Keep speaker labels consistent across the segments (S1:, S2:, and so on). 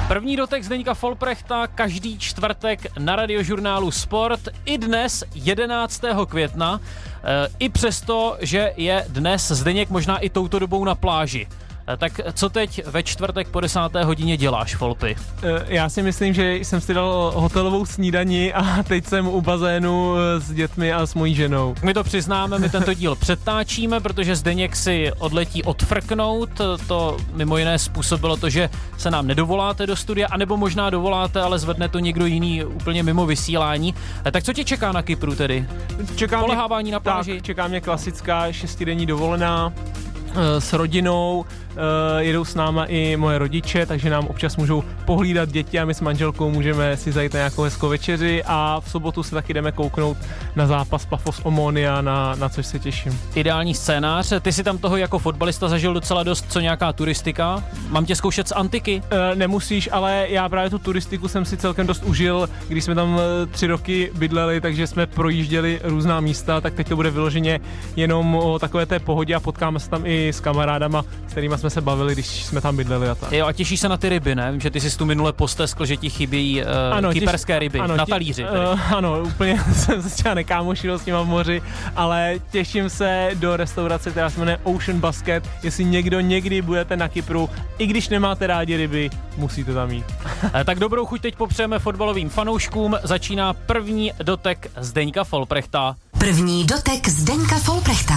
S1: První dotek Zdeňka Folprechta každý čtvrtek na Radiožurnálu Sport. I dnes 11. května, i přesto, že je dnes Zdeněk možná i touto dobou na pláži. Tak co teď ve čtvrtek po 10. hodině děláš, Folpy?
S2: Já si myslím, že jsem si dal hotelovou snídani a teď jsem u bazénu s dětmi a s mojí ženou.
S1: My to přiznáme, my tento díl přetáčíme, protože Zdeněk si odletí odfrknout. To mimo jiné způsobilo to, že se nám nedovoláte do studia, anebo možná dovoláte, ale zvedne to někdo jiný úplně mimo vysílání. Tak co tě čeká na Kypru tedy? Polehávání na pláži?
S2: Tak, čeká mě klasická 6denní dovolená s rodinou, jedou s náma i moje rodiče, takže nám občas můžou pohlídat děti a my s manželkou můžeme si zajít na nějakou hezkou večeři a v sobotu se taky jdeme kouknout na zápas Pafos Omonia, na což se těším.
S1: Ideální scénář, ty si tam toho jako fotbalista zažil docela dost, co nějaká turistika? Mám tě zkoušet z antiky?
S2: Nemusíš, ale já právě tu turistiku jsem si celkem dost užil, když jsme tam 3 roky bydleli, takže jsme projížděli různá místa, tak teď to bude vyloženě jenom o takové té pohodě a potkáme se tam i s kamarádama, s kterými jsme se bavili, když jsme tam bydleli a tak.
S1: Jo, a těšíš se na ty ryby, ne? Vím, že ty jsi tu minule posteskl, že ti chybějí kyperské ryby na talíři.
S2: Ano, úplně jsem se třeba nekámošil s nima v moři, ale těším se do restaurace, která se jmenuje Ocean Basket. Jestli někdo někdy budete na Kypru, i když nemáte rádi ryby, musíte tam jít.
S1: Tak dobrou chuť teď popřejeme fotbalovým fanouškům. Začíná první dotek Zdeňka Folprechta.
S3: První dotek Zdeňka Folprechta.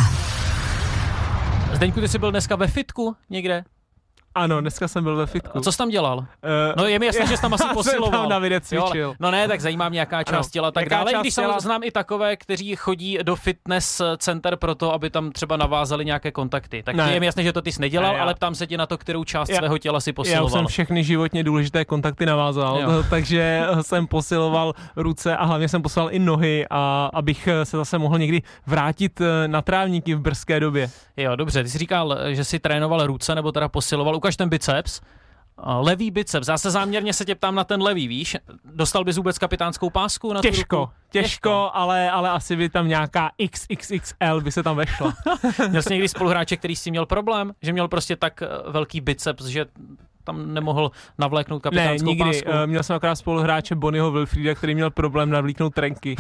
S1: Zdeňku, ty jsi byl dneska ve fitku někde?
S2: Ano, dneska jsem byl ve fitku.
S1: A co jsi tam dělal? No je mi jasné, že jsi tam asi posiloval.
S2: Jsem tam na videu cvičil.
S1: No ne, tak zajímá mě nějaká část těla, tak dále. Když znám i takové, kteří chodí do fitness center proto, aby tam třeba navázali nějaké kontakty. Tak je mi jasné, že to ty jsi nedělal, ale ptám se tě na to, kterou část svého těla si posiloval.
S2: Já už jsem všechny životně důležité kontakty navázal, takže jsem posiloval ruce a hlavně jsem posiloval i nohy, a abych se zase mohl někdy vrátit na trávníky v brzké době.
S1: Jo, dobře, ty jsi říkal, že si trénoval ruce, nebo teda posiloval. Ukaž ten biceps. Levý biceps. Zase záměrně se tě ptám na ten levý, víš? Dostal bys vůbec kapitánskou pásku na tu ruku?
S2: Těžko, ale asi by tam nějaká XXXL by se tam vešla.
S1: Měl jsi někdy spoluhráče, který si měl problém? Že měl prostě tak velký biceps, že tam nemohl navléknout kapitánskou pásku?
S2: Měl jsem akorát spoluhráče Bonnieho Wilfrieda, který měl problém navlíknout trenky.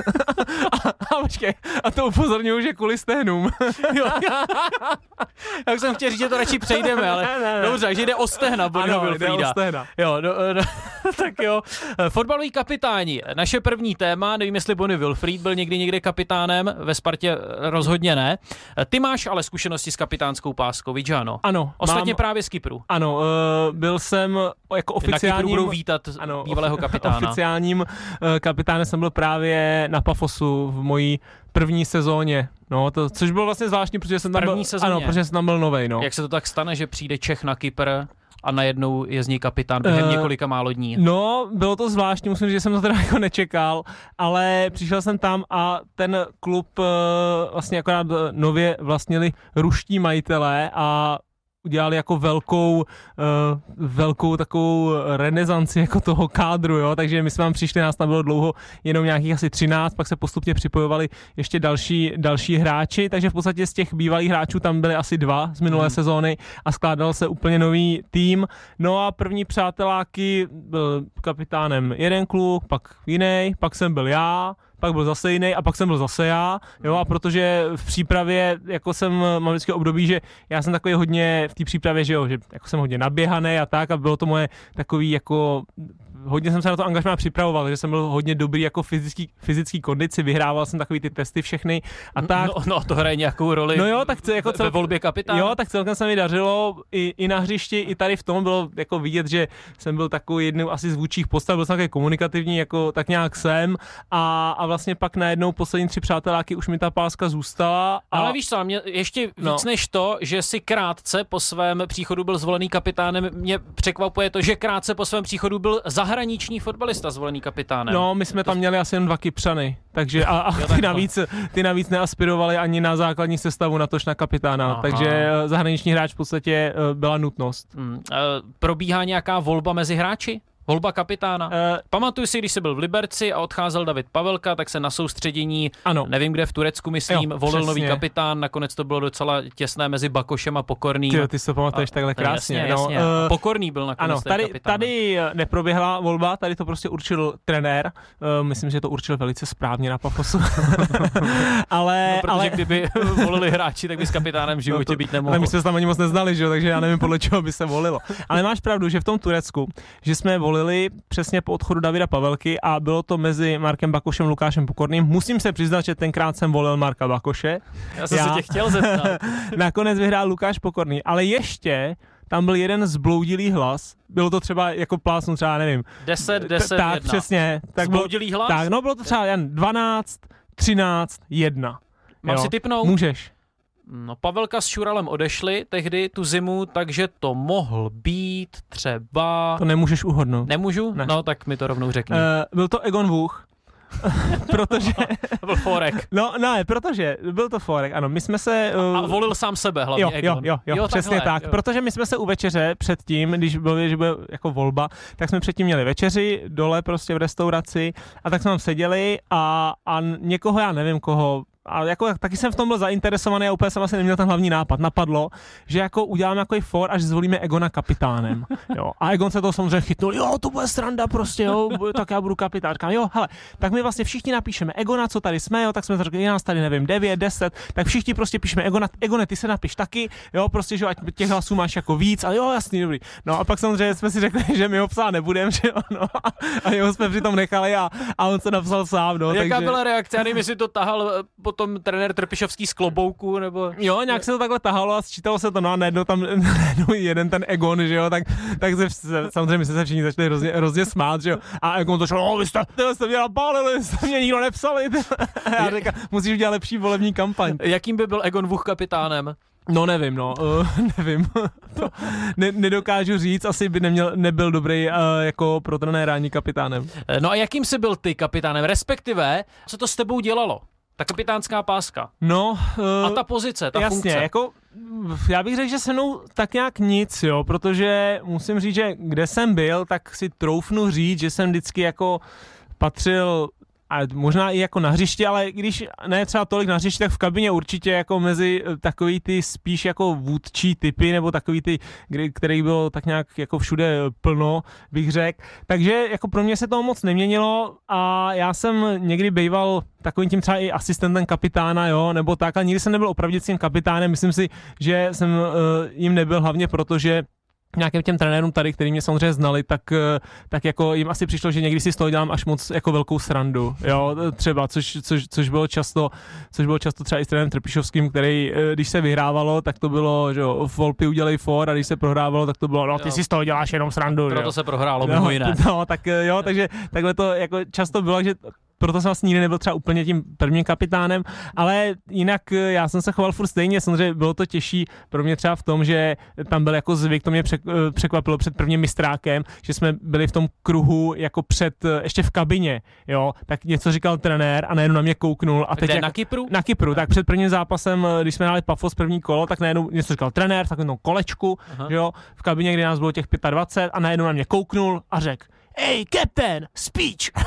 S2: A to upozorňuji, že kvůli stehnům.
S1: Jak jsem chtěl říct, že to radši přejdeme, ale dobře, takže jde o stehna Bonnieho Wilfrieda.
S2: Jde o stehna.
S1: Jo, tak jo. Fotbaloví kapitáni. Naše první téma, nevím, jestli Bonnie Wilfried byl někde kapitánem, ve Spartě rozhodně ne. Ty máš ale zkušenosti s kapitánskou páskou, víš, ano?
S2: Ano.
S1: Ostatně právě z Kypru.
S2: Ano, byl jsem jako oficiálním...
S1: Na Kypru budou vítat bývalého kapitána.
S2: Oficiálním kapitánem jsem byl právě na Pafosu v mojí první sezóně. No, což bylo vlastně zvláštní, protože jsem tam byl... protože jsem tam byl novej, no.
S1: Jak se to tak stane, že přijde Čech na Kypr a najednou je z něj kapitán během několika málo dní?
S2: No, bylo to zvláštní, musím říct, že jsem to teda jako nečekal, ale přišel jsem tam a ten klub vlastně akorát nově vlastnili ruští majitelé a udělali jako velkou takovou renesanci jako toho kádru, jo, takže my jsme tam přišli, nás tam bylo dlouho jenom nějakých asi 13, pak se postupně připojovali ještě další hráči, takže v podstatě z těch bývalých hráčů tam byly asi 2 z minulé sezóny a skládal se úplně nový tým. No a první přáteláky byl kapitánem jeden kluk, pak jiný, pak jsem byl já, pak byl zase jiný a pak jsem byl zase já, jo, a protože v přípravě, jako mám vždycky období, že já jsem takový hodně v té přípravě, že jako jsem hodně naběhaný a tak, a bylo to moje takový jako hodně jsem se na to angažmá připravoval, že jsem byl hodně dobrý jako fyzický kondici, vyhrával jsem takový ty testy všechny a tak.
S1: No, to hraje nějakou roli.
S2: No jo, tak ve
S1: volbě kapitána.
S2: Jo, tak celkem se mi dařilo i na hřišti, i tady v tom bylo jako vidět, že jsem byl takový jednou asi z vůdčích postav, byl jsem takový komunikativní, jako tak nějak jsem a vlastně pak najednou poslední 3 přáteláky už mi ta páska zůstala.
S1: Ale víš co, mě ještě víc než to, že si krátce po svém příchodu byl zvolený kapitánem, mě překvapuje to, že krátce po svém příchodu byl zahraniční fotbalista zvolený kapitánem.
S2: No, my jsme tam měli asi jen 2 Kypřany, takže ty navíc neaspirovali ani na základní sestavu, natož na kapitána, aha. Takže zahraniční hráč v podstatě byla nutnost.
S1: Probíhá nějaká volba mezi hráči? Volba kapitána. Pamatuju si, když jsi byl v Liberci a odcházel David Pavelka, tak se na soustředění, nevím kde v Turecku, myslím, volil nový kapitán, nakonec to bylo docela těsné mezi Bakošem a Pokorným.
S2: Ty si to pamatuješ takhle krásně.
S1: Jasně. Pokorný byl nakonec kapitán.
S2: Tady neproběhla volba, tady to prostě určil trenér. Myslím, že to určil velice správně na Pafosu.
S1: Protože kdyby volili hráči, tak by s kapitánem v životě být nemohl.
S2: Ale my jsme se tam ani moc neznali, že? Takže já nevím, podle čeho by se volilo. Ale máš pravdu, že v tom Turecku, že jsme volili přesně po odchodu Davida Pavelky a bylo to mezi Markem Bakošem a Lukášem Pokorným. Musím se přiznat, že tenkrát jsem volil Marka Bakoše.
S1: Já jsem se tě chtěl zeptat.
S2: Nakonec vyhrál Lukáš Pokorný, ale ještě tam byl jeden zbloudilý hlas. Bylo to třeba jako plásnu třeba, nevím.
S1: 10,
S2: tak,
S1: 1.
S2: Přesně. Tak
S1: zbloudilý hlas?
S2: Tak, bylo to třeba jen 12, 13, 1.
S1: Mám si tipnout?
S2: Můžeš.
S1: No, Pavelka s Šuralem odešli tehdy tu zimu, takže to mohl být třeba...
S2: To nemůžeš uhodnout.
S1: Nemůžu?
S2: Ne.
S1: No, tak mi to rovnou řekni.
S2: Byl to Egon Vůch. Protože...
S1: To byl Forek.
S2: Protože byl to Forek, ano, my jsme se...
S1: A volil sám sebe hlavně Egon.
S2: Jo, přesně tak, protože my jsme se u večeře předtím, když bylo, že bude jako volba, tak jsme předtím měli večeři dole prostě v restauraci a tak jsme tam seděli a někoho, já nevím koho, a jako taky jsem v tom byl zainteresovaný a úplně jsem asi neměl ten hlavní nápad. Napadlo, že jako uděláme jako for, až zvolíme Egona kapitánem. Jo. A Egon se to samozřejmě chytnul, jo, to bude sranda prostě, jo, tak já budu kapitán. Jo, hele, tak my vlastně všichni napíšeme Egona, co tady jsme, jo, tak jsme řekli, nás tady nevím, 9, 10, tak všichni prostě píšeme Egona, Egone, ty se napiš taky, jo, prostě, že ať těch hlasů máš jako víc, ale jo, jasný, dobrý. No a pak samozřejmě jsme si řekli, že my ho psát nebudeme, že jo, no, a jeho jsme přitom nechali a on se napsal sám, no.
S1: Jaká byla reakce? Já nevím, jestli to tahal potom trenér Trpišovský z klobouku, nebo...
S2: Jo, nějak se to takhle tahalo a sčítalo se to, no a najednou tam jeden ten Egon, že jo, tak samozřejmě my se všichni začali hrozně smát, že jo, a Egon to šel, vy jste mě napálili, jste mě nikdo nepsali, já říkám, musíš udělat lepší volební kampaň.
S1: Jakým by byl Egon Vůch kapitánem?
S2: No nevím, nevím. To nedokážu říct, asi by nebyl dobrý jako pro trenéra ani kapitánem.
S1: No a jakým jsi byl ty kapitánem, respektive, co to s tebou dělalo? Ta kapitánská páska.
S2: No.
S1: A ta pozice, ta
S2: jasně,
S1: funkce.
S2: Jako, já bych řekl, že se mnou tak nějak nic, jo, protože musím říct, že kde jsem byl, tak si troufnu říct, že jsem vždycky jako patřil a možná i jako na hřišti, ale když ne třeba tolik na hřišti, tak v kabině určitě jako mezi takový ty spíš jako vůdčí typy, nebo takový ty, kterých bylo tak nějak jako všude plno, bych řekl. Takže jako pro mě se toho moc neměnilo a já jsem někdy býval takovým tím třeba i asistentem kapitána, jo, nebo tak, ale nikdy jsem nebyl opravdicím kapitánem. Myslím si, že jsem jim nebyl hlavně proto, že nějakým těm trenérům tady, který mě samozřejmě znali, tak jako jim asi přišlo, že někdy si z toho dělám až moc jako velkou srandu, jo, třeba, což bylo často třeba i s trenérem Trpišovským, který, když se vyhrávalo, tak to bylo, že jo, Volpi udělej for, a když se prohrávalo, tak to bylo, no ty si z toho děláš jenom srandu,
S1: proto
S2: jo.
S1: se prohrálo, mimo jiné.
S2: No, tak jo, takže takhle to jako často bylo, že proto jsem vlastně nikdy nebyl třeba úplně tím prvním kapitánem, ale jinak já jsem se choval furt stejně, samozřejmě bylo to těžší pro mě třeba v tom, že tam byl jako zvyk, to mě překvapilo před prvním mistrákem, že jsme byli v tom kruhu jako ještě v kabině, jo, tak něco říkal trenér a najednou na mě kouknul. A teď
S1: jako, na Kypru?
S2: Na Kypru, tak před prvním zápasem, když jsme hráli Pafos první kolo, tak najednou něco říkal trenér v takovém kolečku, jo, v kabině, kde nás bylo těch 25 a najednou na mě kouknul a řekl: Hey, captain, speech!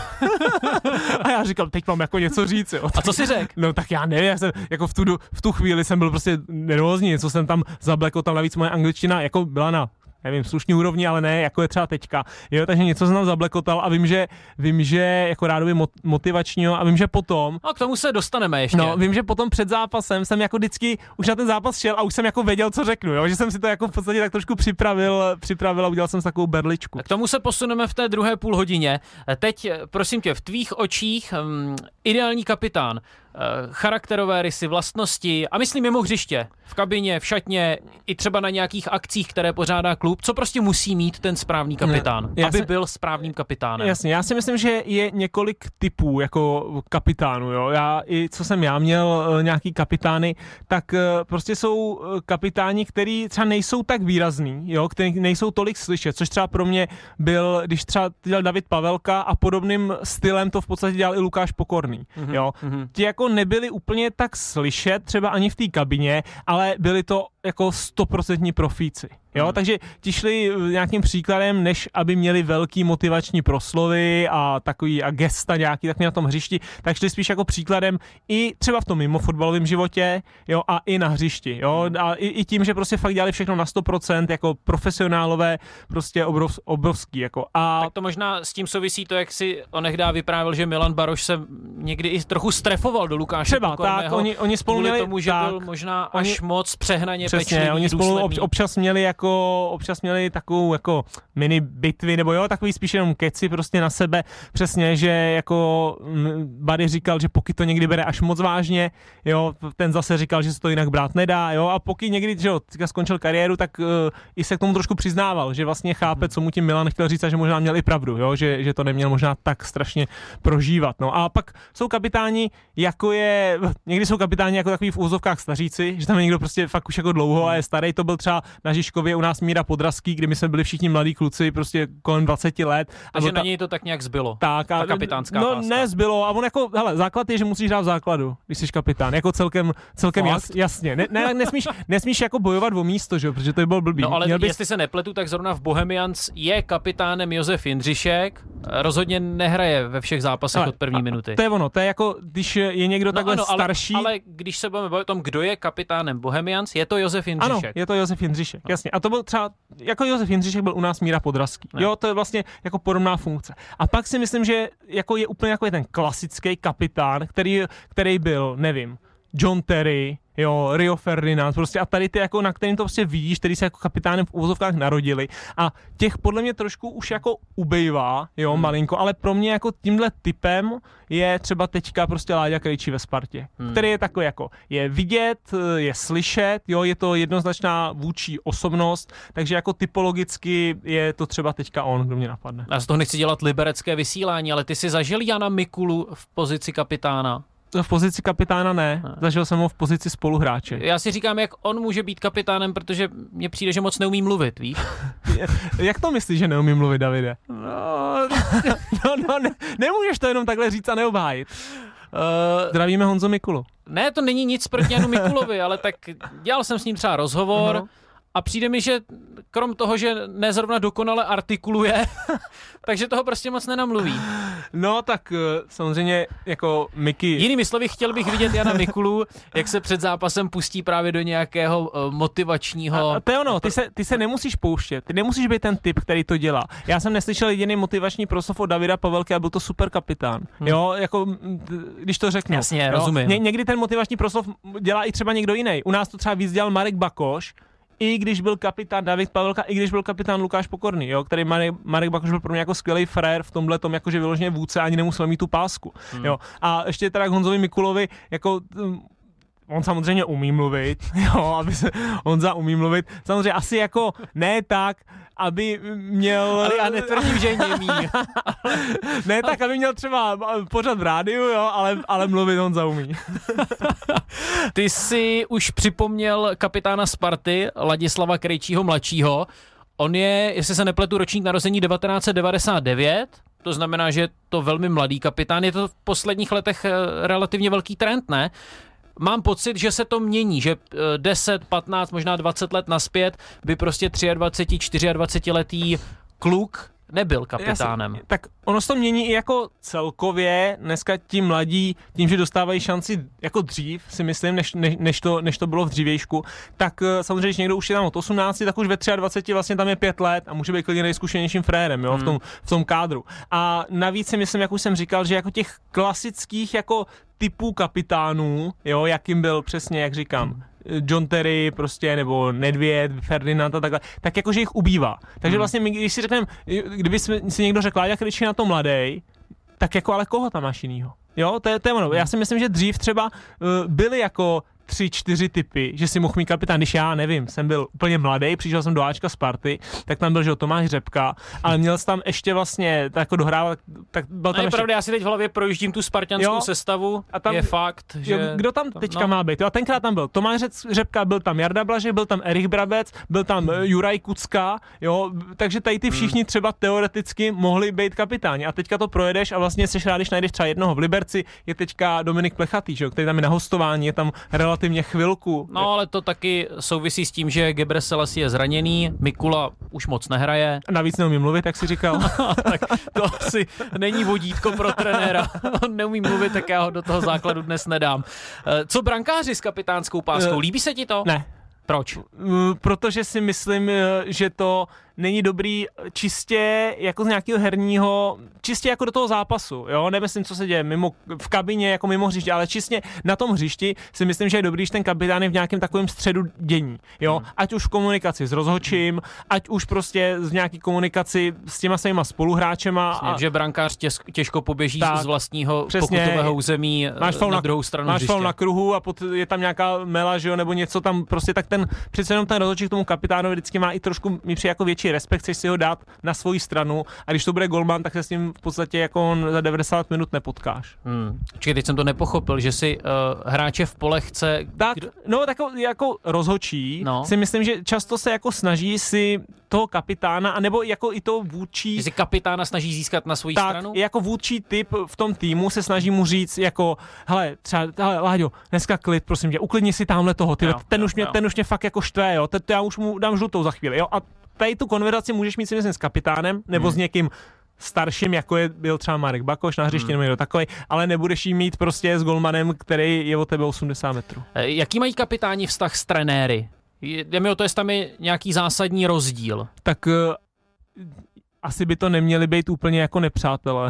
S2: A já říkám, teď mám jako něco říct, jo.
S1: A co jsi řekl?
S2: No tak já nevím, já jsem, jako v tu chvíli jsem byl prostě nervózní, něco jsem tam zablekotal, navíc moje angličtina jako byla na, nevím, slušný úrovni, ale ne, jako je třeba teďka. Jo, takže něco jsem tam zablekotal a vím, že jako rádoby motivačního a vím, že potom...
S1: A k tomu se dostaneme ještě.
S2: No, vím, že potom před zápasem jsem jako vždycky už na ten zápas šel a už jsem jako věděl, co řeknu, jo, že jsem si to jako v podstatě tak trošku připravil a udělal jsem si takovou berličku.
S1: K tomu se posuneme v té druhé půlhodině. Teď, prosím tě, v tvých očích ideální kapitán, charakterové rysy, vlastnosti a myslím mimo hřiště, v kabině, v šatně, i třeba na nějakých akcích, které pořádá klub, co prostě musí mít ten správný kapitán, aby byl správným kapitánem.
S2: Jasně, já si myslím, že je několik typů jako kapitánů, jo. Co jsem měl nějaký kapitány, tak prostě jsou kapitáni, který třeba nejsou tak výrazný, jo, který nejsou tolik slyšet, což třeba pro mě byl, když třeba dělal David Pavelka a podobným stylem to v podstatě dělal i Lukáš Pokorný, jo. Ti jako nebyli úplně tak slyšet, třeba ani v té kabině, ale byli to jako 100% profíci. Jo, takže ti šli nějakým příkladem, než aby měli velký motivační proslovy a takový a gesta nějaký tak na tom hřišti, tak šli spíš jako příkladem i třeba v tom mimo fotbalovém životě, jo, a i na hřišti, jo, a i tím, že prostě fakt dělali všechno na 100%, jako profesionálové, prostě obrovský, jako. A
S1: tak to možná s tím souvisí to, jak si onehdá vyprávěl, že Milan Baroš se někdy i trochu strefoval do Lukáše
S2: třeba,
S1: Pokorného.
S2: Tak, oni spolu měli,
S1: tomu, že
S2: tak,
S1: byl možná až moc přehnaně
S2: přesně,
S1: pečlivý,
S2: oni spolu
S1: důsledný.
S2: občas měli takovou jako mini bitvy, nebo jo, takový spíš jenom keci prostě na sebe, přesně, že jako Buddy říkal, že pokud to někdy bere až moc vážně, jo, ten zase říkal, že se to jinak brát nedá, jo, a pokud někdy, že jo, skončil kariéru, tak i se k tomu trošku přiznával, že vlastně chápe, co mu tím Milan chtěl říct a že možná měl i pravdu, jo, že to neměl možná tak strašně prožívat, no a pak jsou kapitáni, někdy jsou kapitáni jako takový v úzovkách staříci, že tam je někdo prostě fakt už jako dlouho a je starý, to byl třeba na Žižkově u nás Míra Podrazský, kdy my jsme byli všichni mladí kluci, prostě kolem 20 let.
S1: Takže na něj to tak nějak zbylo.
S2: Tak,
S1: ta kapitánská páska.
S2: Ne zbylo, a on jako, hele, základ je, že musíš hrát v základu, když jsi kapitán, jako celkem jasně. Nesmíš jako bojovat o místo, že? Protože to by bylo blbý.
S1: No ale jestli se nepletu, tak zrovna v Bohemians je kapitánem Josef Jindřišek, rozhodně nehraje ve všech zápasech od první minuty.
S2: To je ono, to je jako, když je někdo takhle starší.
S1: Ale když se budeme bavit o tom, kdo je kapitánem Bohemians, je to Josef Jindřišek.
S2: Ano, je to Josef Jindřišek, jasně. A to byl třeba, jako Josef Jindřišek byl u nás Míra Podrazský. Jo, to je vlastně jako podobná funkce. A pak si myslím, že jako je úplně jako ten klasický kapitán, který byl, nevím, John Terry, jo, Rio Ferdinand, prostě a tady ty jako, na kterým to prostě vidíš, který se jako kapitánem v uvozovkách narodili a těch podle mě trošku už jako ubejvá, jo, malinko, ale pro mě jako tímhle typem je třeba teďka prostě Láďa Krejčí ve Spartě, který je takový jako, je vidět, je slyšet, jo, je to jednoznačná vůdčí osobnost, takže jako typologicky je to třeba teďka on, kdo mě napadne.
S1: Já z toho nechci dělat liberecké vysílání, ale ty si zažil Jana Mikulu v pozici kapitána?
S2: V pozici kapitána ne, zažil jsem ho v pozici spoluhráče.
S1: Já si říkám, jak on může být kapitánem, protože mně přijde, že moc neumí mluvit, víš?
S2: Jak to myslíš, že neumí mluvit, Davide? Nemůžeš to jenom takhle říct a neobhájit. Zdravíme Honzu Mikulu.
S1: Ne, to není nic proti Janu Mikulovi, ale tak dělal jsem s ním třeba rozhovor a přijde mi, že krom toho, že nezrovna dokonale artikuluje, takže toho prostě moc nenamluví.
S2: No tak samozřejmě jako Miky...
S1: Jinými slovy, chtěl bych vidět Jana Mikulu, jak se před zápasem pustí právě do nějakého motivačního...
S2: A to je ono, ty se nemusíš pouštět, ty nemusíš být ten typ, který to dělá. Já jsem neslyšel jediný motivační proslov od Davida Pavelky a byl to super kapitán. Jo, jako když to řeknu.
S1: Jasně,
S2: jo?
S1: rozumím.
S2: Někdy ten motivační proslov dělá i třeba někdo jiný. U nás to třeba víc dělal Marek Bakoš, i když byl kapitán David Pavelka, i když byl kapitán Lukáš Pokorný, jo, který Marek Bakoš byl pro mě jako skvělý frér v tomhle tom, jakože vyloženě vůdce, ani nemusel mít tu pásku, jo. A ještě teda k Honzovi Mikulovi, jako on samozřejmě umí mluvit, jo, aby se Honza umí mluvit, samozřejmě asi jako ne tak, aby měl...
S1: Ale já netvrdím, že němí.
S2: Ne tak, aby měl třeba pořad v rádiu, jo, ale mluvit Honza umí.
S1: Ty jsi už připomněl kapitána Sparty, Ladislava Krejčího mladšího. On je, jestli se nepletu, ročník narození 1999, to znamená, že je to velmi mladý kapitán. Je to v posledních letech relativně velký trend, ne? Mám pocit, že se to mění, že 10, 15, možná 20 let naspět by prostě 23, 24letý kluk nebyl kapitánem.
S2: Jasně, tak ono se to mění i jako celkově, dneska ti mladí, tím, že dostávají šanci jako dřív, si myslím, než to bylo v dřívějšku, tak samozřejmě, když někdo už je tam od 18, tak už ve 23 vlastně tam je 5 let a může být klidně nejzkušenějším frérem, jo, v tom kádru. A navíc si myslím, jak už jsem říkal, že jako těch klasických jako typů kapitánů, jo, jakým byl přesně, jak říkám, John Terry prostě, nebo Nedvěd, Ferdinand a takhle, tak jakože jich ubývá. Takže vlastně my, když si řekneme, kdyby si někdo řekl, jak když je na to mladej, tak jako ale koho tam máš jinýho? Jo, to je ono. Já si myslím, že dřív třeba byly jako 3-4 typy, že si mohl mít kapitán, když já nevím, jsem byl úplně mladý, přišel jsem do Ačka Sparty, tak tam byl, že Tomáš Řepka, ale měl jsi tam ještě vlastně tak jako dohrávat, tak byl tam
S1: je
S2: ještě...
S1: pravda, já si teď v hlavě projíždím tu spartanskou sestavu, a tam je fakt, že...
S2: Jo, kdo tam teďka má být? Jo, tenkrát tam byl Tomáš Řepka, byl tam Jarda Blažek, byl tam Erich Brabec, byl tam Juraj Kucka, jo, takže tady ty všichni třeba teoreticky mohli být kapitáni a teďka to projedeš a vlastně seš rád, když najdeš třeba jednoho v Liberci, je teďka Dominik Plechatý, že jo, který tam je na hostování, je tam relativně Mikula, ty mě chvilku.
S1: No, ale to taky souvisí s tím, že Gebrselassie je zraněný, Mikula už moc nehraje.
S2: Navíc neumí mluvit, jak jsi říkal.
S1: Tak to asi není vodítko pro trenéra. On neumí mluvit, tak já ho do toho základu dnes nedám. Co brankáři s kapitánskou páskou? Líbí se ti to?
S2: Ne.
S1: Proč?
S2: Protože si myslím, že to není dobrý čistě jako z nějakého herního, čistě jako do toho zápasu, jo, nemyslím, co se děje mimo, v kabině, jako mimo hřiště, ale čistě na tom hřišti si myslím, že je dobrý, že ten kapitán je v nějakém takovém středu dění, jo, ať už v komunikaci s rozhodčím, ať už prostě v nějaký komunikaci s těma svýma spoluhráčema.
S1: Že brankář těžko poběží
S2: tak,
S1: z vlastního
S2: přesně,
S1: pokutového území na druhou stranu
S2: máš
S1: hřiště.
S2: faul na kruhu a je tam nějaká mela, že jo, nebo něco tam prostě, tak ten přece jenom ten rozhodčí k tomu kapitánovi vždycky má i trošku, mi přijde jako větší respekt, chceš si ho dát na svoji stranu a když to bude golman, tak se s ním v podstatě jako on za 90 minut nepotkáš.
S1: Čekaj, teď jsem to nepochopil, že si hráče v pole chce...
S2: Tak, no tak jako rozhodčí si myslím, že často se jako snaží si toho kapitána, anebo jako i toho vůdčí...
S1: Že si kapitána snaží získat na svoji stranu?
S2: Tak, jako vůdčí typ v tom týmu se snaží mu říct jako, hele, Láďo, dneska klid, prosím tě, uklidni si tamhle toho, ten už mě fakt jako štve, jo, já už mu dám žlutou za chvíli, jo, a tady tu konverzaci můžeš mít si myslím s kapitánem, nebo s někým starším, jako byl třeba Marek Bakoš na hřišti, nebo někdo takový, ale nebudeš jí mít prostě s golmanem, který je od tebe 80 metrů.
S1: Jaký mají kapitáni vztah s trenéry? Jde mi o to, jestli tam je nějaký zásadní rozdíl.
S2: Tak asi by to neměli být úplně jako nepřátelé.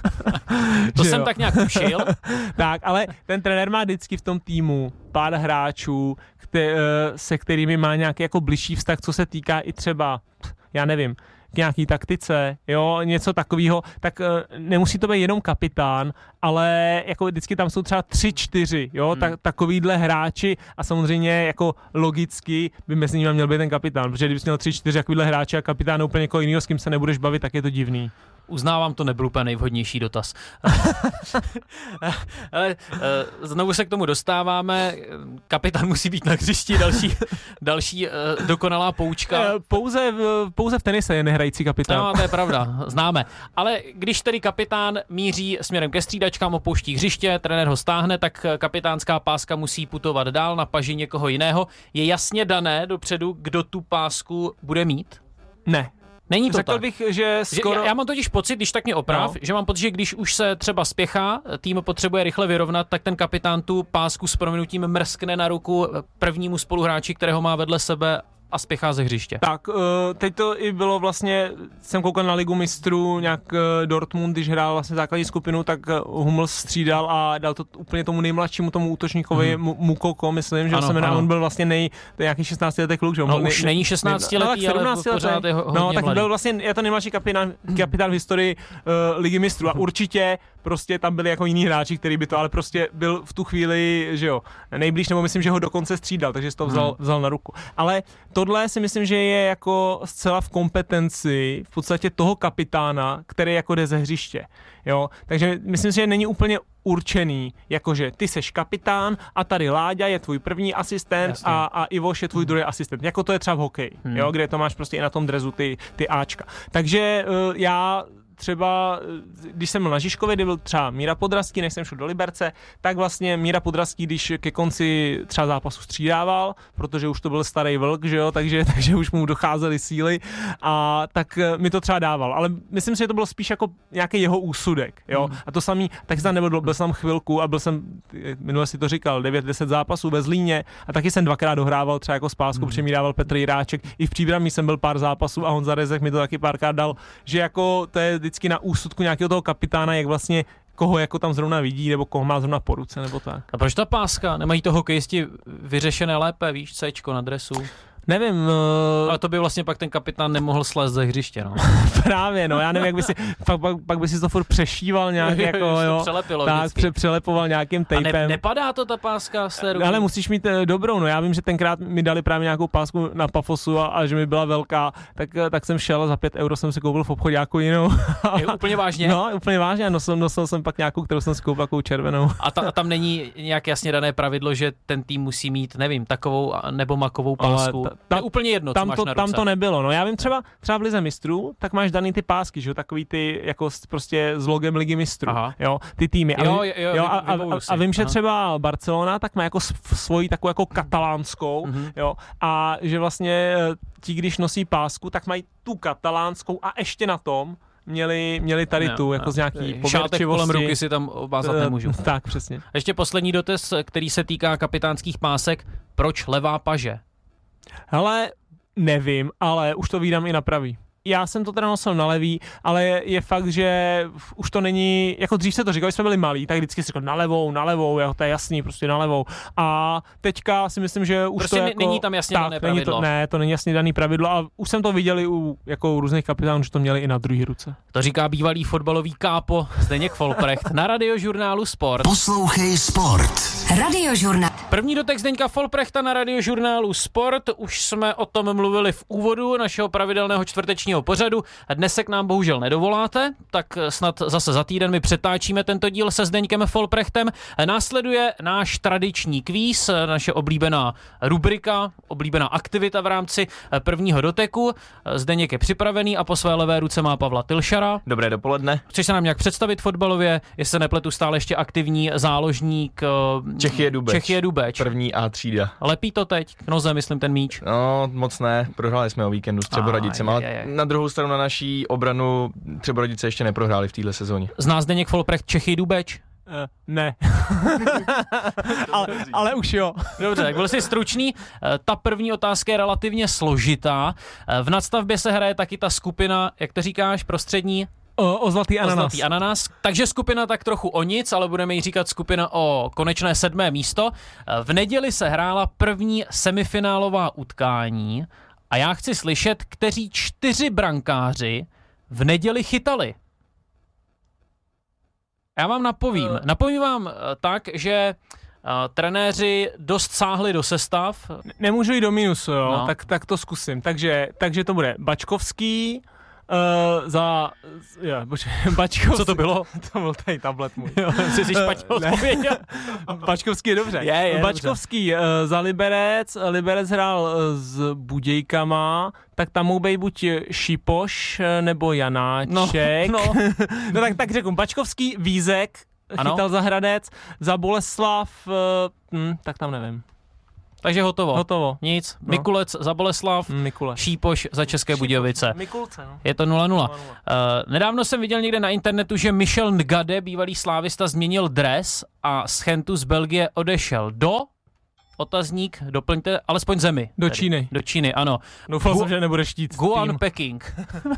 S1: To jsem tak nějak tušil.
S2: Tak, ale ten trenér má vždycky v tom týmu pár hráčů, se kterými má nějaký jako bližší vztah, co se týká i třeba, já nevím, k nějaký taktice, jo, něco takového, tak nemusí to být jenom kapitán, ale jako vždycky tam jsou třeba 3-4, jo, takovýhle hráči a samozřejmě jako logicky by mezi nimi měl být ten kapitán, protože kdybys měl 3-4 takovýhle hráči a kapitán úplně někoho jiného, s kým se nebudeš bavit, tak je to divný.
S1: Uznávám, to nebyl úplně nejvhodnější dotaz. Ale znovu se k tomu dostáváme. Kapitán musí být na hřišti, další dokonalá poučka.
S2: Pouze v tenise je nehrající kapitán.
S1: No, to je pravda, známe. Ale když tedy kapitán míří směrem ke střídačkám, opouští hřiště, trenér ho stáhne, tak kapitánská páska musí putovat dál na paži někoho jiného. Je jasně dané dopředu, kdo tu pásku bude mít?
S2: Ne.
S1: Není to
S2: Řekl
S1: tak.
S2: bych, že skoro...
S1: Já mám totiž pocit, když tak mě oprav, že mám pocit, že když už se třeba spěchá, tým potřebuje rychle vyrovnat, tak ten kapitán tu pásku s prominutím mrskne na ruku prvnímu spoluhráči, kterého má vedle sebe a spěchá ze hřiště.
S2: Tak, teď to i bylo vlastně, jsem koukal na Ligu mistrů, nějak Dortmund, když hrál vlastně základní skupinu, tak Hummels střídal a dal to úplně tomu nejmladšímu, tomu útočníkovi Mukoko, myslím, že se jmenuje, on byl vlastně nějaký 16letý kluk, že?
S1: No, už není 16letý, ale pořád je hodně
S2: tak
S1: mladý.
S2: byl vlastně, je to nejmladší kapitán v historii Ligy mistrů a určitě prostě tam byli jako jiní hráči, který by to, ale prostě byl v tu chvíli, že jo, nejblíž, nebo myslím, že ho dokonce střídal, takže si to vzal na ruku. Ale tohle si myslím, že je jako zcela v kompetenci v podstatě toho kapitána, který jako jde ze hřiště, jo. Takže myslím si, že není úplně určený, jakože ty seš kapitán a tady Láďa je tvůj první asistent a Ivoš je tvůj druhý asistent. Jako to je třeba v hokeji, jo, kde to máš prostě i na tom drezu ty Ačka. Takže já třeba, když jsem byl na Žižkově, kdy byl třeba Míra Podrazský, než jsem šel do Liberce, tak vlastně Míra Podrazský, když ke konci třeba zápasu střídával, protože už to byl starý vlk, že jo, takže už mu docházely síly a tak mi to třeba dával, ale myslím si, že to bylo spíš jako nějaký jeho úsudek, jo, a to samý, tak jsem nebyl, byl jsem chvilku a byl jsem, minule si to říkal, 9-10 zápasů ve Zlíně a taky jsem dvakrát dohrával třeba jako s páskou, přemírával Petr Jiráček, i v Příbramí jsem byl pár zápasů a Honza Rezek mi to taky párkrát dal, že jako to je vždycky na úsudku nějakého toho kapitána, jak vlastně koho jako tam zrovna vidí, nebo koho má zrovna po ruce, nebo tak.
S1: A proč ta páska? Nemají to hokejisti vyřešené lépe, víš, Cčko na dresu?
S2: Nevím.
S1: Ale to by vlastně pak ten kapitán nemohl slézt ze hřiště, no.
S2: Právě, no, já nevím, jak by si, pak by si to furt přešíval nějak, jako, jo.
S1: Přelepilo
S2: tak, přelepoval nějakým tejpem.
S1: A nepadá to ta páska z té ruky?
S2: Ale musíš mít dobrou, no, já vím, že tenkrát mi dali právě nějakou pásku na Pafosu a že mi byla velká, tak jsem šel a za 5 € jsem si koupil v obchodě nějakou jinou.
S1: Je úplně vážně?
S2: No, úplně vážně, nosil jsem pak nějakou, kterou jsem si koupil, takovou červenou.
S1: A tam není nějak jasně dané pravidlo, že ten tým musí mít, nevím, takovou nebo makovou pásku?
S2: Ale
S1: To je úplně jedno, co máš na ruce.
S2: Tam to nebylo. No já vím třeba v Lize mistrů, tak máš daný ty pásky, že jo, takový ty jako prostě s logem Ligy mistrů, jo, ty týmy. A vím, že třeba Barcelona tak má jako svoji takovou jako katalánskou, jo, a že vlastně ti, když nosí pásku, tak mají tu katalánskou a ještě na tom měli tady tu, jako z nějaký pověrčivosti.
S1: Šátek kolem ruky si tam obázat nemůžu.
S2: Tak, přesně.
S1: Ještě poslední dotaz, který se týká kapitánských pásek. Proč levá paže?
S2: Hele, nevím, ale už to vídám i na pravý. Já jsem to teda nosil na levý, ale je fakt, že už to není, jako dřív se to říkalo, když jsme byli malí, tak vždycky se říkalo na levou, jo, to je jasný, prostě na levou. A teďka si myslím, že už
S1: prostě
S2: to jako...
S1: není tam jasně dané pravidlo.
S2: To není jasně daný pravidlo a už jsem to viděli u jako různých kapitánů, že to měli i na druhé ruce.
S1: To říká bývalý fotbalový kápo Zdeněk Folprecht na Radiožurnálu Sport.
S3: Poslouchej Sport. Radiožurnál.
S1: První dotek Zdeňka Folprechta na Radiožurnálu Sport. Už jsme o tom mluvili v úvodu našeho pravidelného čtvrtečního pořadu. Dnes se k nám bohužel nedovoláte, tak snad zase za týden my přetáčíme tento díl se Zdeňkem Folprechtem. Následuje náš tradiční kvíz, naše oblíbená rubrika, oblíbená aktivita v rámci prvního doteku. Zdeněk je připravený a po své levé ruce má Pavla Tilšara.
S4: Dobré dopoledne.
S1: Chceš se nám nějak představit fotbalově, jestli se nepletu stále ještě aktivní záložník
S4: Čechy Dubeč. První A třída.
S1: Lepí to teď? K noze, myslím, ten míč.
S4: No, moc ne. Prohráli jsme o víkendu s Třeboradicem, ale na druhou stranu na naší obranu Třeboradice ještě neprohráli v téhle sezóně.
S1: Zná Zdeněk Folprecht Čechy Dubeč?
S2: Ne. ale už jo.
S1: Dobře, tak byl jsi stručný. Ta první otázka je relativně složitá. V nadstavbě se hraje taky ta skupina, jak to říkáš, prostřední?
S2: O zlatý ananas.
S1: Takže skupina tak trochu o nic, ale budeme jí říkat skupina o konečné 7. místo. V neděli se hrála první semifinálová utkání a já chci slyšet, kteří 4 brankáři v neděli chytali. Já vám napovím. Napovím vám tak, že trenéři dost sáhli do sestav.
S2: Nemůžu jít do minusu, jo? No. Tak to zkusím. Takže to bude Bačkovský, Bačkovský.
S1: Co to bylo?
S2: To byl tady tablet můj.
S1: Jsi špatně odpověděl.
S2: Bačkovský je dobře. Bačkovský
S1: dobře.
S2: Za Liberec hrál s Budějkama, tak tam mohl být buď Šipoš nebo Janáček.
S1: No.
S2: tak řeknu, Bačkovský, Vízek, chytal za Hradec, za Boleslav, tak tam nevím.
S1: Takže hotovo. Nic.
S2: No.
S1: Mikulec za Boleslav, Šípoš za České Budějovice.
S2: Mikulce, no.
S1: Je to 0-0. Nedávno jsem viděl někde na internetu, že Michel Ngade, bývalý slávista, změnil dres a z Chentu z Belgie odešel do... Otazník, doplňte alespoň zemi.
S2: Do Číny.
S1: Do Číny, ano.
S2: Doufal jsem, že nebudeš chtít
S1: Guan Peking.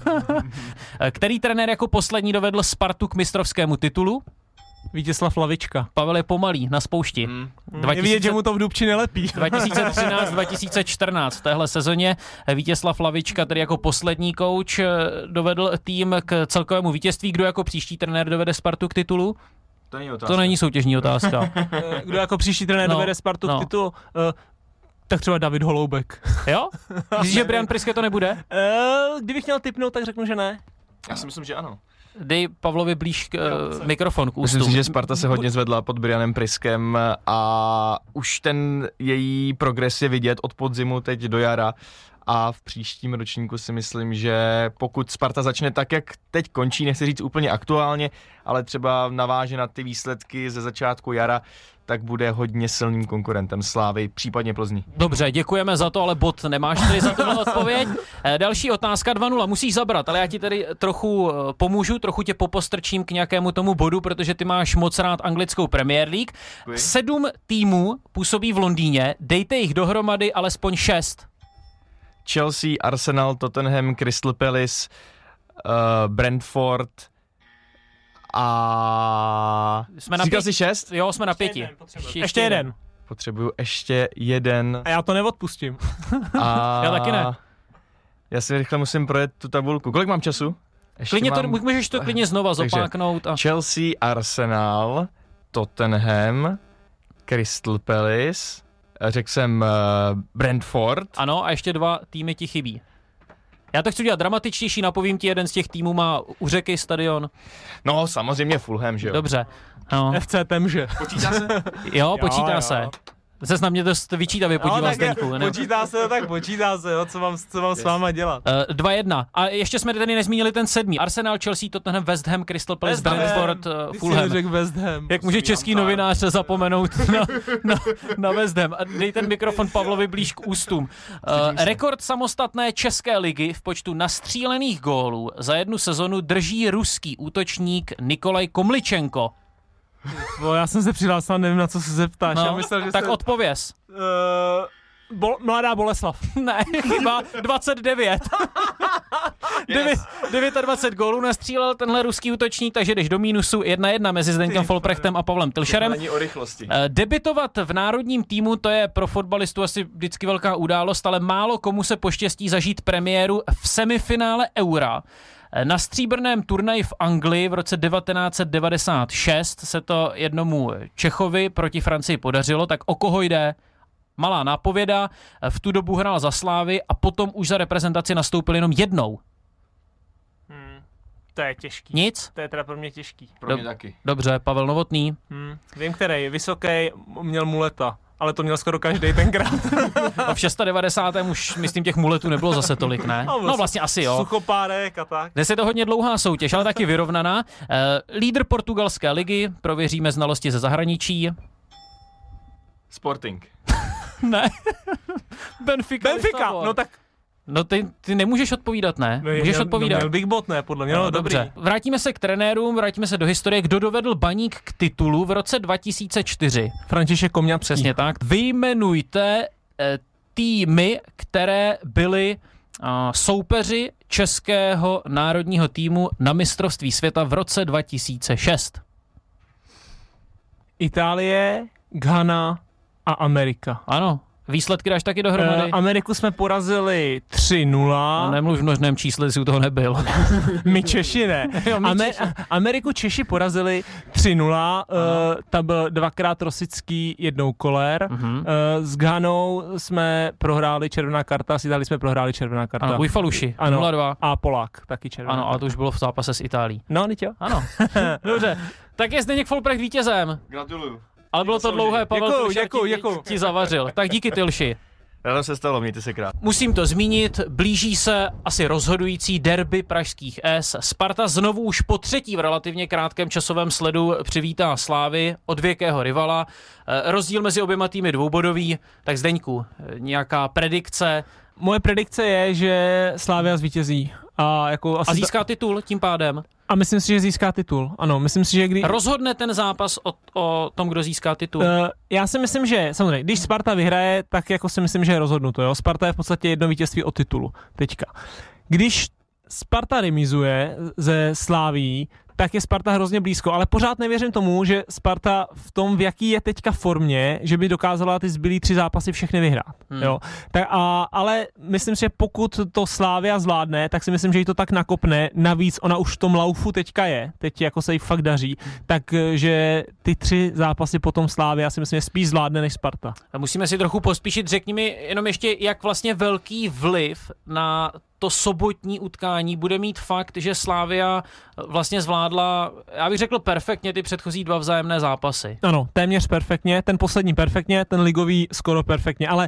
S1: Který trenér jako poslední dovedl Spartu k mistrovskému titulu?
S2: Vítězslav Lavička.
S1: Pavel je pomalý, na spoušti.
S2: Je vidět, že mu to v Dubči nelepí.
S1: 2013-2014 v téhle sezóně Vítězslav Lavička, tedy jako poslední kouč, dovedl tým k celkovému vítězství. Kdo jako příští trenér dovede Spartu k titulu?
S4: To není
S1: soutěžní otázka.
S2: Kdo jako příští trenér dovede Spartu k titulu? Tak třeba David Holoubek.
S1: Jo? Myslíš, že Brian Priske to nebude?
S2: Kdybych měl tipnout, tak řeknu, že ne.
S4: Já si myslím, že ano.
S1: Dej Pavlovi blíž mikrofon k ústu.
S4: Myslím si, že Sparta se hodně zvedla pod Brianem Priskem a už ten její progres je vidět od podzimu teď do jara. A v příštím ročníku si myslím, že pokud Sparta začne tak, jak teď končí, nechci říct úplně aktuálně, ale třeba naváže na ty výsledky ze začátku jara, tak bude hodně silným konkurentem Slávy, případně Plzni.
S1: Dobře, děkujeme za to, ale bod nemáš tedy za tuhle odpověď. Další otázka 2-0, musíš zabrat, ale já ti tedy trochu pomůžu, trochu tě popostrčím k nějakému tomu bodu, protože ty máš moc rád anglickou Premier League. Děkuji. 7 týmů působí v Londýně, dejte jich dohromady alespoň 6.
S4: Chelsea, Arsenal, Tottenham, Crystal Palace, Brentford a... Říkal jsi 6?
S1: Jo, jsme na 5.
S2: Ještě jeden.
S4: Potřebuju ještě jeden.
S2: A já to neodpustím.
S1: Já taky ne.
S4: Já si rychle musím projet tu tabulku. Kolik mám času?
S1: Můžeš to klidně znova zopáknout.
S4: Chelsea, Arsenal, Tottenham, Crystal Palace, řekl jsem Brentford.
S1: Ano, a ještě 2 týmy ti chybí. Já to chci dělat dramatičtější, napovím ti, jeden z těch týmů má u řeky stadion.
S4: No, samozřejmě Fulham, že jo.
S1: Dobře. No.
S2: FC Temže.
S4: Počítá se?
S1: Jo, počítá se. Zes na mě dost vyčítavě podíval Zdeňku.
S2: Počítá se, jo, co mám s váma dělat.
S1: 2-1. A ještě jsme tady nezmínili ten 7. Arsenal, Chelsea, Tottenham, West Ham, Crystal Palace, Brentford, Fulham.
S2: West Ham.
S1: Jak může český novinář zapomenout na West Ham? A dej ten mikrofon Pavlovi blíž k ústům. Rekord samostatné české ligy v počtu nastřílených gólů za jednu sezonu drží ruský útočník Nikolaj Komličenko.
S2: Já jsem se přihlásil, nevím, na co se zeptáš.
S1: No,
S2: já myslel, že
S1: tak odpověz.
S2: Mladá Boleslav.
S1: Ne, chyba 29. 29 gólů nastřílel tenhle ruský útočník, takže jdeš do mínusu 1-1 mezi Zdeňkem Folprechtem a Pavlem Tilšerem.
S4: Není o rychlosti.
S1: Debitovat v národním týmu, to je pro fotbalistu asi vždycky velká událost, ale málo komu se poštěstí zažít premiéru v semifinále Eura. Na stříbrném turnaji v Anglii v roce 1996 se to jednomu Čechovi proti Francii podařilo, tak o koho jde? Malá nápověda, v tu dobu hrál za Slávy a potom už za reprezentaci nastoupil jenom jednou.
S2: To je těžký.
S1: Nic?
S2: To je teda pro mě těžký.
S4: Pro mě taky.
S1: Dobře, Pavel Novotný.
S2: Vím, který. Vysoký, měl muleta. Ale to měl skoro každý tenkrát.
S1: A v 96. už, myslím, těch muletů nebylo zase tolik, ne? No vlastně asi jo.
S2: Suchopárek a tak.
S1: Dnes je to hodně dlouhá soutěž, ale taky vyrovnaná. Lídr portugalské ligy, prověříme znalosti ze zahraničí.
S4: Sporting.
S1: Ne. Benfica,
S2: no tak.
S1: No ty nemůžeš odpovídat, ne? Můžeš odpovídat.
S2: Měl bych bot, ne, podle mě.
S1: No, dobře. Vrátíme se k trenérům, vrátíme se do historie. Kdo dovedl Baník k titulu v roce 2004?
S2: František Komňatský.
S1: Přesně tak. Vyjmenujte týmy, které byly soupeři českého národního týmu na mistrovství světa v roce 2006.
S2: Itálie, Ghana a Amerika.
S1: Ano. Výsledky dáš taky dohromady?
S2: Ameriku jsme porazili 3-0.
S1: No, nemluv v množném čísle, jestli u toho nebyl.
S2: My Češi ne.
S1: Jo,
S2: Ameriku Češi porazili 3-0. Ta byl dvakrát Rosický, jednou Koller. S Ghanou jsme prohráli červená karta, s Itálií jsme prohráli červená karta.
S1: Ano, Ujfaluši, 0-2.
S2: A Polák, taky červená
S1: Ano,
S2: karta.
S1: ale to už bylo v zápase s Itálií.
S2: No, teď jo.
S1: Ano, dobře. Tak je Zdeněk Folprecht vítězem.
S4: Gratuluju.
S1: Ale bylo to dlouhé, Pavel
S2: Děkuju.
S1: ti zavařil. Tak díky, Tilši.
S4: Ráno se stalo, mějte se krát.
S1: Musím to zmínit, blíží se asi rozhodující derby pražských S. Sparta znovu už po třetí v relativně krátkém časovém sledu přivítá Slávy, odvěkého rivala. Rozdíl mezi oběma týmy dvoubodový. Tak Zdeňku, nějaká predikce?
S2: Moje predikce je, že Slavia zvítězí. A
S1: získá titul tím pádem?
S2: A myslím si, že získá titul. Ano, myslím si, že
S1: Rozhodne ten zápas o tom, kdo získá titul?
S2: Já si myslím, že samozřejmě, když Sparta vyhraje, tak jako si myslím, že je rozhodnuto. Jo? Sparta je v podstatě jedno vítězství o titulu. Teďka. Když Sparta remizuje ze Slavií, tak je Sparta hrozně blízko, ale pořád nevěřím tomu, že Sparta v tom, v jaký je teďka formě, že by dokázala ty zbylý 3 zápasy všechny vyhrát. Jo? Ale myslím si, že pokud to Slavia zvládne, tak si myslím, že jí to tak nakopne. Navíc ona už v tom laufu teďka je, teď jako se jí fakt daří, takže ty 3 zápasy potom Slavia si myslím, že spíš zvládne než Sparta.
S1: A musíme si trochu pospíšit, řekni mi jenom ještě, jak vlastně velký vliv na to sobotní utkání bude mít fakt, že Slavia vlastně zvládla, já bych řekl perfektně, ty předchozí 2 vzájemné zápasy.
S2: Ano, téměř perfektně, ten poslední perfektně, ten ligový skoro perfektně, ale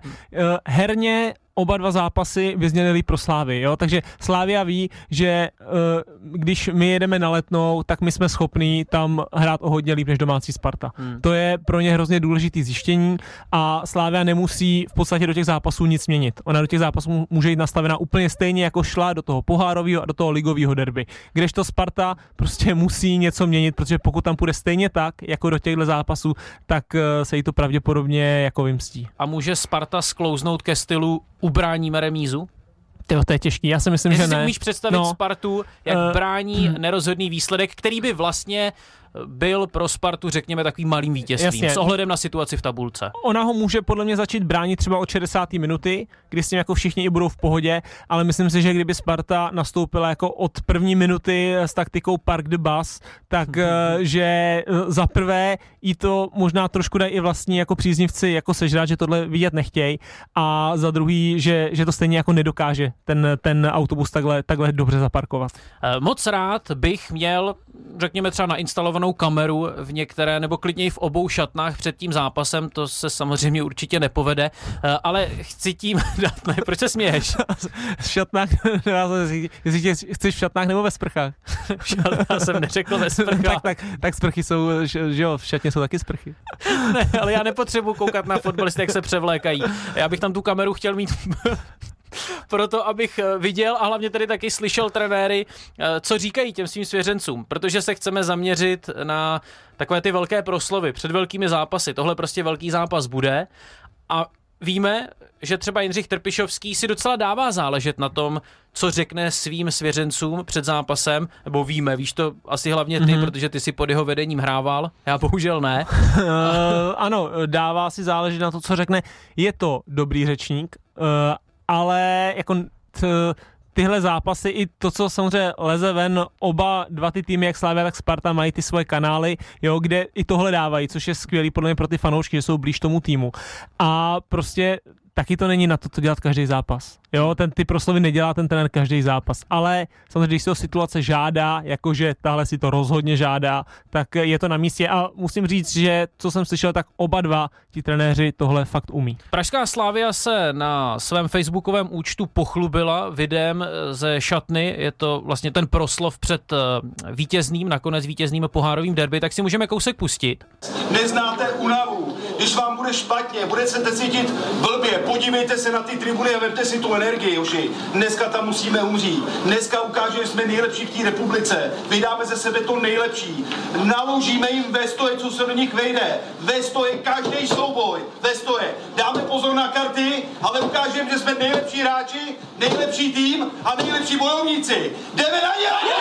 S2: herně oba 2 zápasy vyzněly líp pro Slávy, jo? Takže Slavia ví, že když my jedeme na Letnou, tak my jsme schopní tam hrát o hodně líp než domácí Sparta. To je pro ně hrozně důležitý zjištění a Slavia nemusí v podstatě do těch zápasů nic měnit. Ona do těch zápasů může jít nastavená úplně stejně, jako šla do toho pohárového a do toho ligového derby. Kdežto Sparta prostě musí něco měnit, protože pokud tam půjde stejně tak, jako do těchto zápasů, tak se jí to pravděpodobně jako vymstí.
S1: A může Sparta sklouznout ke stylu ubráníme remízu?
S2: To je těžký, já si myslím, že ne.
S1: Si umíš představit Spartu, jak brání nerozhodný výsledek, který by vlastně byl pro Spartu, řekněme, takovým malým vítězstvím, s ohledem na situaci v tabulce.
S2: Ona ho může podle mě začít bránit třeba od 60. minuty, kdy s tím jako všichni i budou v pohodě, ale myslím si, že kdyby Sparta nastoupila jako od první minuty s taktikou Park the Bus, tak že za prvé jí to možná trošku dají i vlastní jako příznivci jako sežrat, že tohle vidět nechtějí, a za druhý, že to stejně jako nedokáže ten autobus takhle dobře zaparkovat.
S1: Moc rád bych měl řekněme třeba nainstalovanou kameru v některé, nebo klidně i v obou šatnách před tím zápasem, to se samozřejmě určitě nepovede, ale chci tím dát, ne, proč se směješ?
S2: V šatnách, jestli chceš v šatnách nebo ve sprchách?
S1: Já jsem neřekl ve sprchách.
S2: tak sprchy jsou, že jo, v šatně jsou taky sprchy.
S1: Ne, ale já nepotřebuji koukat na fotbalisty, jak se převlékají. Já bych tam tu kameru chtěl mít proto, abych viděl a hlavně tady taky slyšel trenéry, co říkají těm svým svěřencům, protože se chceme zaměřit na takové ty velké proslovy před velkými zápasy. Tohle prostě velký zápas bude a víme, že třeba Jindřich Trpišovský si docela dává záležet na tom, co řekne svým svěřencům před zápasem, nebo víme, víš to asi hlavně ty, protože ty si pod jeho vedením hrával, já bohužel ne.
S2: Ano, dává si záležet na to, co řekne. Je to dobrý řečník, ale jako tyhle zápasy i to, co samozřejmě leze ven, oba dva ty týmy, jak Slavia, tak Sparta, mají ty svoje kanály, jo, kde i tohle dávají, což je skvělý podle mě pro ty fanoušky, že jsou blíž tomu týmu. A prostě taky to není na to dělat každý zápas. Jo, ty proslovy nedělá ten trenér každý zápas, ale samozřejmě, když se o situace žádá, jakože tahle si to rozhodně žádá, tak je to na místě a musím říct, že co jsem slyšel, tak oba dva ti trenéři tohle fakt umí.
S1: Pražská Slavia se na svém facebookovém účtu pochlubila videem ze šatny, je to vlastně ten proslov před nakonec vítězným pohárovým derby, tak si můžeme kousek pustit.
S5: Neznáte únavu, když vám bude špatně, budete se cítit blbě, podívejte se na ty tribuny a vemte si tu energii, Joši. Dneska tam musíme umřít. Dneska ukážeme, že jsme nejlepší v té republice. Vydáme ze sebe to nejlepší. Naložíme jim ve stoje, co se do nich vejde. Ve stoje každý souboj. Ve stoje. Dáme pozor na karty, ale ukážeme, že jsme nejlepší hráči, nejlepší tým a nejlepší bojovníci. Jdeme na ně!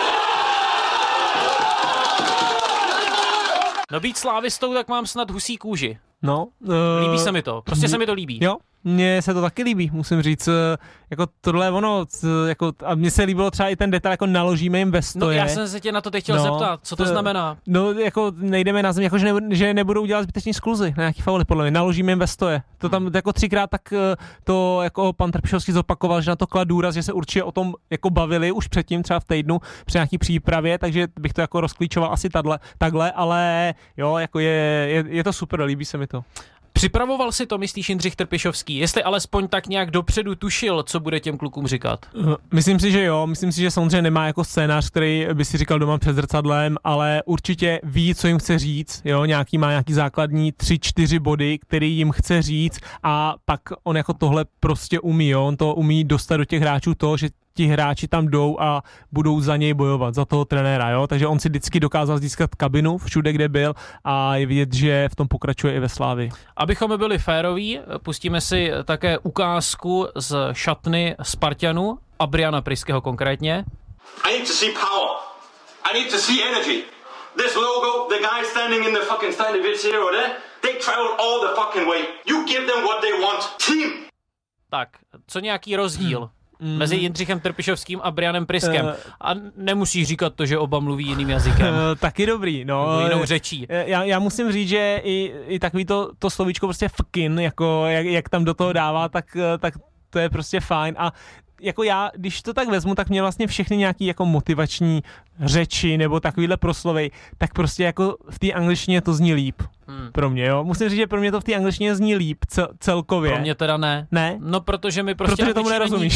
S1: No být slávistou, tak mám snad husí kůži.
S2: No.
S1: Líbí se mi to. Prostě se mi to líbí.
S2: Jo. Mně se to taky líbí, musím říct, jako tohle ono, jako, a mně se líbilo třeba i ten detail, jako naložíme jim ve stoje.
S1: No já jsem se tě na to teď chtěl zeptat, co to znamená?
S2: No jako nejdeme na zem, jako že nebudou dělat zbyteční skluzy na nějaký fauly, podle mě, naložíme jim ve stoje. To tam jako 3krát tak to jako pan Trpišovský zopakoval, že na to klad důraz, že se určitě o tom jako bavili už předtím, třeba v týdnu při nějaký přípravě, takže bych to jako rozklíčoval asi takhle, ale jo, jako je to super, líbí se mi to.
S1: Připravoval si to, myslíš, Jindřich Trpišovský? Jestli alespoň tak nějak dopředu tušil, co bude těm klukům říkat?
S2: Myslím si, že jo. Myslím si, že samozřejmě nemá jako scénář, který by si říkal doma před zrcadlem, ale určitě ví, co jim chce říct. Jo? Má nějaký základní 3-4 body, který jim chce říct a pak on jako tohle prostě umí. Jo? On to umí dostat do těch hráčů to, že ti hráči tam jdou a budou za něj bojovat, za toho trenéra, jo? Takže on si vždycky dokázal získat kabinu všude, kde byl a je vidět, že v tom pokračuje i ve Slavii.
S1: Abychom byli féroví, pustíme si také ukázku z šatny Spartanů, Adriana Pryského konkrétně.
S5: I need to see power. I need to see energy. This logo, the guy standing in the fucking stand, if it's here or there, they travel all the fucking way. You give them what they want. Team!
S1: Tak, co nějaký rozdíl mezi Jindřichem Trpišovským a Adrianem Pryskem? A nemusíš říkat to, že oba mluví jiným jazykem.
S2: Taky dobrý, no.
S1: Jinou řečí.
S2: Já musím říct, že i takový to slovíčko prostě fucking, jako jak tam do toho dává, tak to je prostě fajn a jako já, když to tak vezmu, tak mě vlastně všechny nějaký jako motivační řeči nebo takovýhle proslovy, tak prostě jako v té angličtině to zní líp. Pro mě, jo. Musím říct, že pro mě to v té angličtině zní líp celkově.
S1: Pro mě teda ne.
S2: Ne?
S1: No protože mi prostě...
S2: Protože tomu nerozumíš.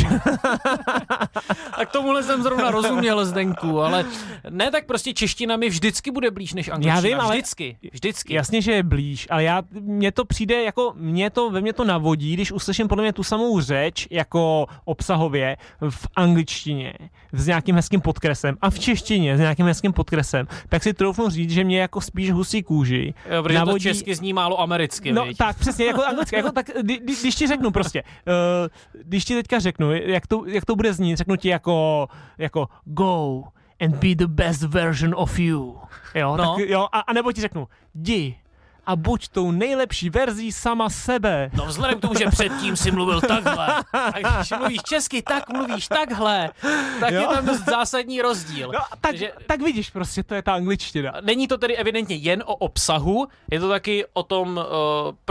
S1: Tak tomuhle jsem zrovna rozuměl, Zdenku, ale ne, tak prostě čeština mi vždycky bude blíž než angličtina.
S2: Já vím, ale
S1: vždycky.
S2: Jasně, že je blíž, ale mně to přijde jako, ve mně to navodí, když uslyším podle mě tu samou řeč jako obsahově v angličtině s nějakým hezkým podkresem a v češtině s nějakým hezkým podkresem, tak si troufnu říct, že mě jako spíš husí kůži.
S1: Jo, navodí... to česky zní málo americky,
S2: no
S1: viď?
S2: Tak, přesně, jako anglicky, jako tak, když ti řeknu prostě, když ti teďka řeknu, jak to bude znít, řeknu ti jako go and be the best version of you, jo,
S1: no.
S2: Tak, jo, a nebo ti řeknu, jdi a buď tou nejlepší verzí sama sebe.
S1: No vzhledem k tomu, že předtím si mluvil takhle, a když mluvíš česky, tak mluvíš takhle, tak jo? Je tam dost zásadní rozdíl.
S2: No, tak vidíš prostě, to je ta angličtina.
S1: Není to tedy evidentně jen o obsahu, je to taky o tom projevu.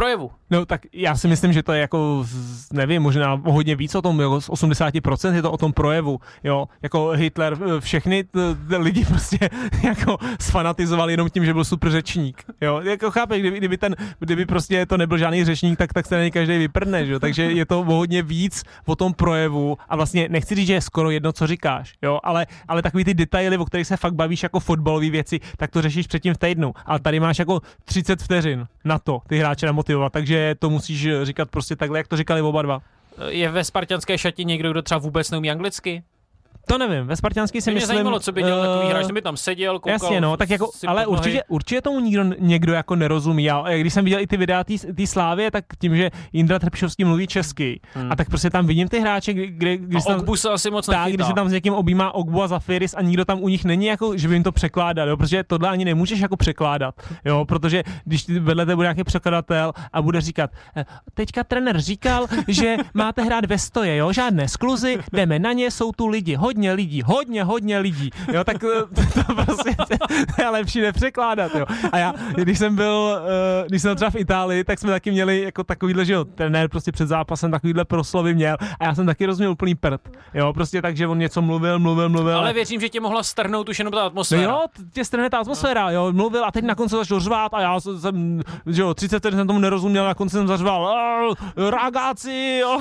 S2: No tak já si myslím, že to je jako, nevím, možná hodně víc o tom, jako z 80% je to o tom projevu, jo, jako Hitler, všechny lidi prostě jako sfanatizoval jenom tím, že byl super řečník, jo, jako chápeš, kdyby prostě to nebyl žádný řečník, tak se na něj každý vyprdne, jo, takže je to hodně víc o tom projevu a vlastně nechci říct, že je skoro jedno, co říkáš, jo, ale takový ty detaily, o kterých se fakt bavíš jako fotbalové věci, tak to řešíš předtím v týdnu, ale tady máš jako 30 vteřin na to, ty hráče namotivovat, takže to musíš říkat prostě takhle, jak to říkali oba dva.
S1: Je ve spartanské šatě někdo, kdo třeba vůbec neumí anglicky?
S2: To nevím, ve spartanský si
S1: mě
S2: myslím...
S1: zajímalo, co by dělal takový hráč, by tam seděl, koukal...
S2: Jasně, no, tak jako, ale určitě tomu někdo jako nerozumí. Já, když jsem viděl i ty videa té Slávie, tak tím, že Jindra Trpišovský mluví česky, a tak prostě tam vidím ty hráče, když tam...
S1: Ogbu se asi moc nechytá.
S2: Když se tam s někým objímá Ogbu a Zafiris a nikdo tam u nich není, jako, že by jim to překládal, jo, protože tohle ani nemůžeš jako překládat, jo, protože když vedle tebe bude nějaký překladatel a bude říkat, teďka trenér říkal, že máte hrát ve stoje, jo, žádné skluzy, jdeme na ně, jsou tu lidi, hodně lidí, jo, tak to prostě je lepší nepřekládat, jo. A já, když jsem třeba v Itálii, tak jsme taky měli jako takovýhle, že jo, trenér prostě před zápasem takovýhle proslovy měl a já jsem taky rozuměl úplný prd, jo, prostě tak, že on něco mluvil.
S1: Ale věřím, že tě mohla strhnout už jenom ta atmosféra.
S2: No jo, tě strhne ta atmosféra, jo, mluvil a teď na konci začal řvát a já jsem, že jo, 30 vteřin jsem tomu nerozuměl, na konci jsem zařval, rágáci, jo.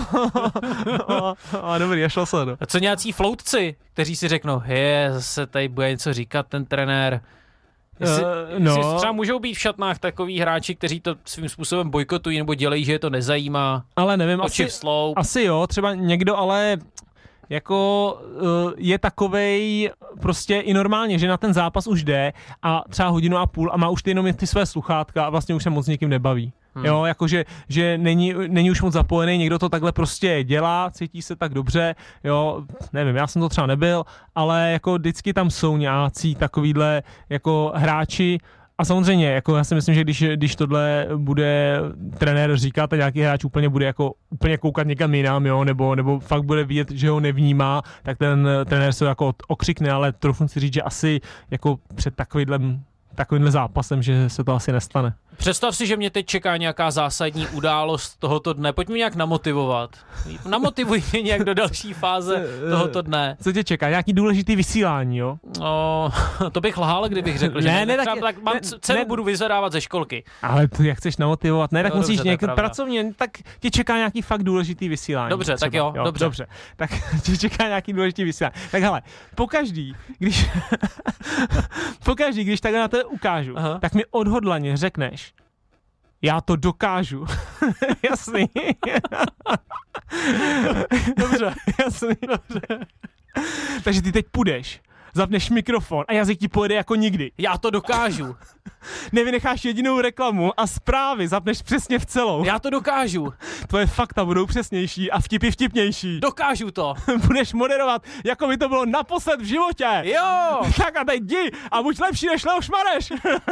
S2: A dobrý, a šlo se, no.
S1: A co nějací floutci, kteří si řeknou, zase tady bude něco říkat ten trenér. Jestli třeba můžou být v šatnách takový hráči, kteří to svým způsobem bojkotují nebo dělají, že je to nezajímá.
S2: Ale nevím, asi jo, třeba někdo, ale jako je takovej prostě i normálně, že na ten zápas už jde a třeba 1,5 hodiny a má už jenom ty své sluchátka a vlastně už se moc nikým nebaví. Jo, jakože že není už moc zapojený, někdo to takhle prostě dělá, cítí se tak dobře, jo, nevím, já jsem to třeba nebyl, ale jako vždycky tam jsou nějací takovýhle jako hráči. A samozřejmě, jako já si myslím, že když tohle bude trenér říkat a nějaký hráč úplně bude jako úplně koukat někam jinam, jo, nebo fakt bude vidět, že ho nevnímá, tak ten trenér se jako okřikne, ale trochu si říct, že asi jako před takovýmhle zápasem, že se to asi nestane.
S1: Představ si, že mě teď čeká nějaká zásadní událost tohoto dne. Pojď mě nějak namotivovat. Namotivuj mě nějak do další fáze tohoto dne.
S2: Co tě čeká? Nějaký důležitý vysílání, jo?
S1: No, to bych lhal, kdybych řekl, že tak mám cenu budu vyzadávat ze školky.
S2: Ale to jak chceš namotivovat? Ne, tak
S1: no,
S2: musíš
S1: dobře,
S2: nějak pracovně, tak tě čeká nějaký fakt důležitý vysílání.
S1: Dobře, třeba. Tak jo, dobře.
S2: Tak tě čeká nějaký důležitý vysílání. Tak hele, pokaždý, když takhle na to ukážu, tak mi odhodlaně řekneš, já to dokážu. Jasný. Dobře. Takže ty teď půjdeš, zapneš mikrofon a jazyk ti pojede jako nikdy.
S1: Já to dokážu.
S2: Nevynecháš jedinou reklamu a zprávy zapneš přesně v celou.
S1: Já to dokážu.
S2: Tvoje fakta budou přesnější a vtipy vtipnější.
S1: Dokážu to. Budeš
S2: moderovat, jako by to bylo naposled v životě.
S1: Jo.
S2: Tak a teď jdi a buď lepší než Leoš Mareš.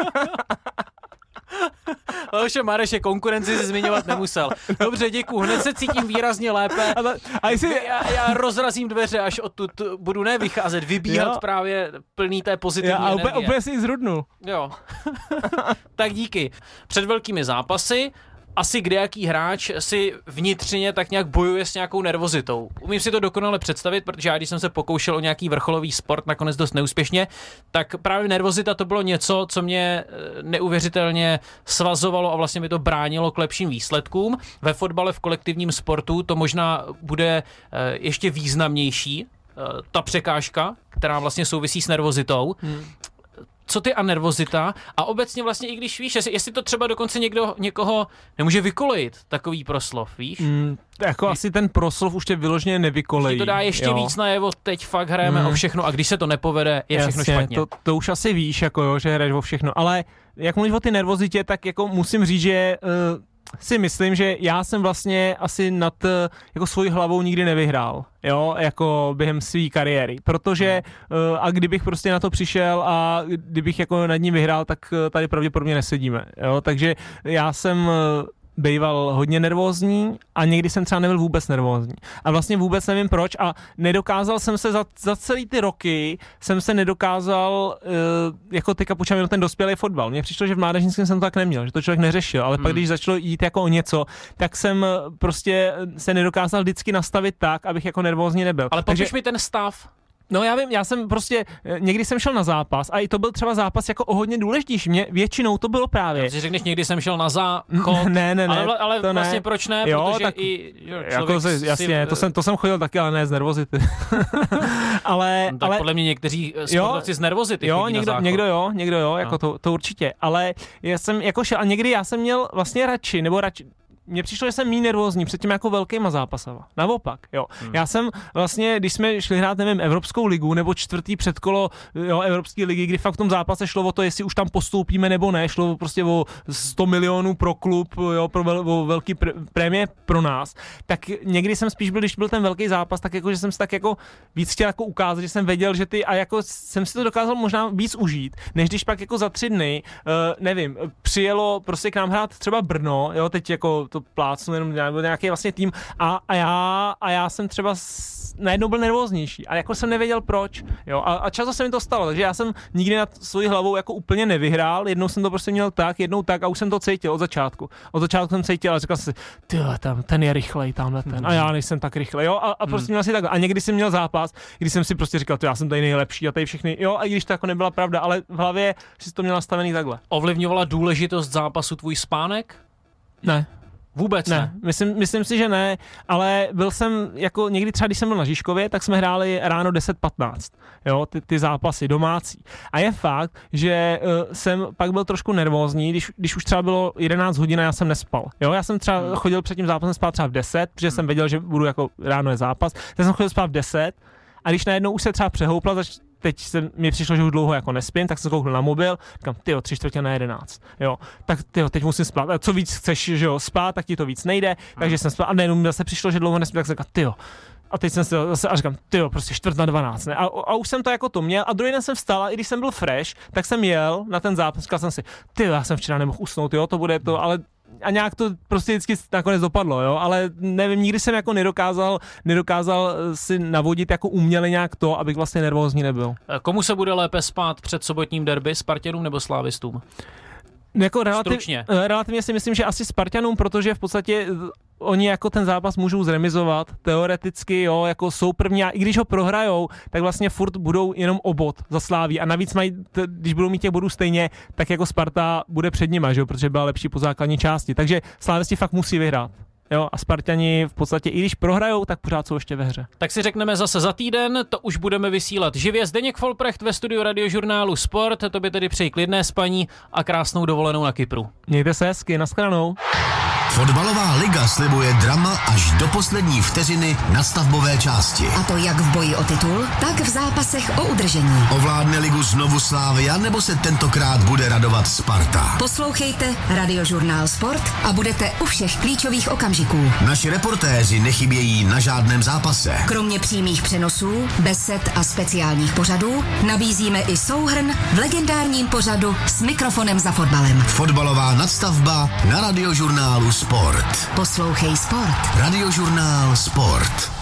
S1: Leoše Mareš je konkurenci si zmiňovat nemusel. Dobře, děkuju, hned se cítím výrazně lépe. Já rozrazím dveře, až odtud budu nevycházet, vybíhat právě plný té pozitivní energie.
S2: A úplně si ji zhrudnu.
S1: Jo. Tak díky. Před velkými zápasy asi kdejaký hráč si vnitřně tak nějak bojuje s nějakou nervozitou. Umím si to dokonale představit, protože já, když jsem se pokoušel o nějaký vrcholový sport, nakonec dost neúspěšně, tak právě nervozita to bylo něco, co mě neuvěřitelně svazovalo a vlastně mi to bránilo k lepším výsledkům. Ve fotbale, v kolektivním sportu to možná bude ještě významnější, ta překážka, která vlastně souvisí s nervozitou. Co ty a nervozita a obecně vlastně i když víš, jestli to třeba dokonce někoho nemůže vykolejit, takový proslov, víš?
S2: Jako asi ten proslov už tě vyloženě nevykolejí.
S1: To dá ještě víc najevo, teď fakt hrajeme o všechno a když se to nepovede, je všechno špatně.
S2: To už asi víš, jako jo, že hraješ o všechno, ale jak mluvíš o ty nervozitě, tak jako musím říct, že si myslím, že já jsem vlastně asi nad jako svojí hlavou nikdy nevyhrál, jo, jako během své kariéry, protože a kdybych prostě na to přišel a kdybych jako nad ním vyhrál, tak tady pravděpodobně nesedíme, jo, takže já jsem býval hodně nervózní a někdy jsem třeba nebyl vůbec nervózní. A vlastně vůbec nevím proč a nedokázal jsem se za celý ty roky jako ty kapuča měl ten dospělý fotbal. Mně přišlo, že v mládežnickém jsem to tak neměl, že to člověk neřešil, ale pak když začalo jít jako o něco, tak jsem prostě se nedokázal vždycky nastavit tak, abych jako nervózní nebyl.
S1: Ale popiš mi ten stav.
S2: No já vím, já jsem prostě, někdy jsem šel na zápas a i to byl třeba zápas jako o hodně důležitější, mě většinou to bylo právě.
S1: Si řekneš, někdy jsem šel na záchod,
S2: ne,
S1: ale
S2: to
S1: vlastně
S2: ne.
S1: proč ne,
S2: jo,
S1: protože
S2: tak,
S1: i
S2: jako jasně, to jsem chodil taky, ale ne z nervozity. ale
S1: podle mě někteří sportovci z nervozity chodí na záchod.
S2: Někdo jo, jako to určitě, ale já jsem jako šel a někdy já jsem měl vlastně radši, mně přišlo, že jsem méně nervózní před tím jako velkýma zápasama. Naopak, jo. Já jsem vlastně, když jsme šli hrát, nevím, Evropskou ligu nebo 4. předkolo Evropské ligy, kdy fakt v tom zápase šlo o to, jestli už tam postoupíme nebo ne, šlo prostě o 100 milionů pro klub, jo, o velký prémie pro nás. Tak někdy jsem spíš byl, když byl ten velký zápas, tak jako, že jsem si tak jako víc chtěl jako ukázat, že jsem věděl, že a jako jsem si to dokázal možná víc užít, než když pak jako za 3 dny, nevím, přijelo prostě k nám hrát třeba Brno, jo, teď jako to plácnu jenom nějaký vlastně tým a já jsem třeba najednou byl nervóznější a jako jsem nevěděl proč, jo, a často se mi to stalo, takže já jsem nikdy nad svojí hlavou jako úplně nevyhrál, jednou jsem to prostě měl tak, jednou tak a už jsem to cítil od začátku jsem cítil a říkal jsem si, tyhle, ten je rychlej, tamhle ten a já nejsem tak rychlej, jo, a prostě měl si takhle a někdy jsem měl zápas, kdy jsem si prostě říkal, já jsem tady nejlepší a tady všechny, jo, a i když to jako nebyla pravda, ale v hlavě si to měl nastavený takhle.
S1: Ovlivňovala důležitost zápasu tvůj spánek?
S2: Ne.
S1: Vůbec ne.
S2: Myslím si, že ne, ale byl jsem, jako někdy třeba, když jsem byl na Žižkově, tak jsme hráli ráno 10:15, jo, ty zápasy domácí. A je fakt, že jsem pak byl trošku nervózní, když už třeba bylo 11 hodin a já jsem nespal, jo, já jsem třeba chodil před tím zápasem spát třeba v 10, protože jsem věděl, že budu jako ráno je zápas, tak jsem chodil spát v 10 a když najednou už se třeba přehoupla, teď mi přišlo, že už dlouho jako nespím, tak jsem koukl na mobil, říkám, 3:45, jo, tak teď musím spát, a co víc chceš, že jo, spát, tak ti to víc nejde, takže jsem spal a nejenom zase přišlo, že dlouho nespím, tak jsem říkal, a teď jsem se zase a říkám, prostě 11:45, ne? A už jsem to jako to měl a druhý den jsem vstal a i když jsem byl fresh, tak jsem jel na ten zápas, říkal jsem si, já jsem včera nemohl usnout, jo, to bude to, ale a nějak to prostě vždycky nakonec dopadlo, jo, ale nevím, nikdy jsem jako nedokázal si navodit jako uměle nějak to, abych vlastně nervózní nebyl.
S1: Komu se bude lépe spát před sobotním derby, Spartanům nebo Slávistům?
S2: Jako relativně si myslím, že asi Spartanům, protože v podstatě oni jako ten zápas můžou zremizovat, teoreticky, jo, jako jsou první a i když ho prohrajou, tak vlastně furt budou jenom o bod za Sláví a navíc když budou mít těch bodů stejně, tak jako Sparta bude před nima, že jo, protože byla lepší po základní části, takže Slávisti fakt musí vyhrát. Jo, a Spartani v podstatě, i když prohrajou, tak pořád jsou ještě ve hře.
S1: Tak si řekneme zase za týden, to už budeme vysílat živě. Zdeněk Folprecht ve studiu Radiožurnálu Sport, to by tedy přeji klidné spaní a krásnou dovolenou na Kypru.
S2: Mějte se hezky, nashledanou.
S3: Fotbalová liga slibuje drama až do poslední vteřiny na stavbové části.
S6: A to jak v boji o titul, tak v zápasech o udržení.
S3: Ovládne ligu znovu Slavia, nebo se tentokrát bude radovat Sparta?
S6: Poslouchejte Radiožurnál Sport a budete u všech klíčových okamžiků.
S3: Naši reportéři nechybějí na žádném zápase.
S6: Kromě přímých přenosů, besed a speciálních pořadů nabízíme i souhrn v legendárním pořadu S mikrofonem za fotbalem.
S3: Fotbalová nadstavba na Radiožurnálu Sport.
S6: Poslouchej Sport.
S3: Radiožurnál Sport.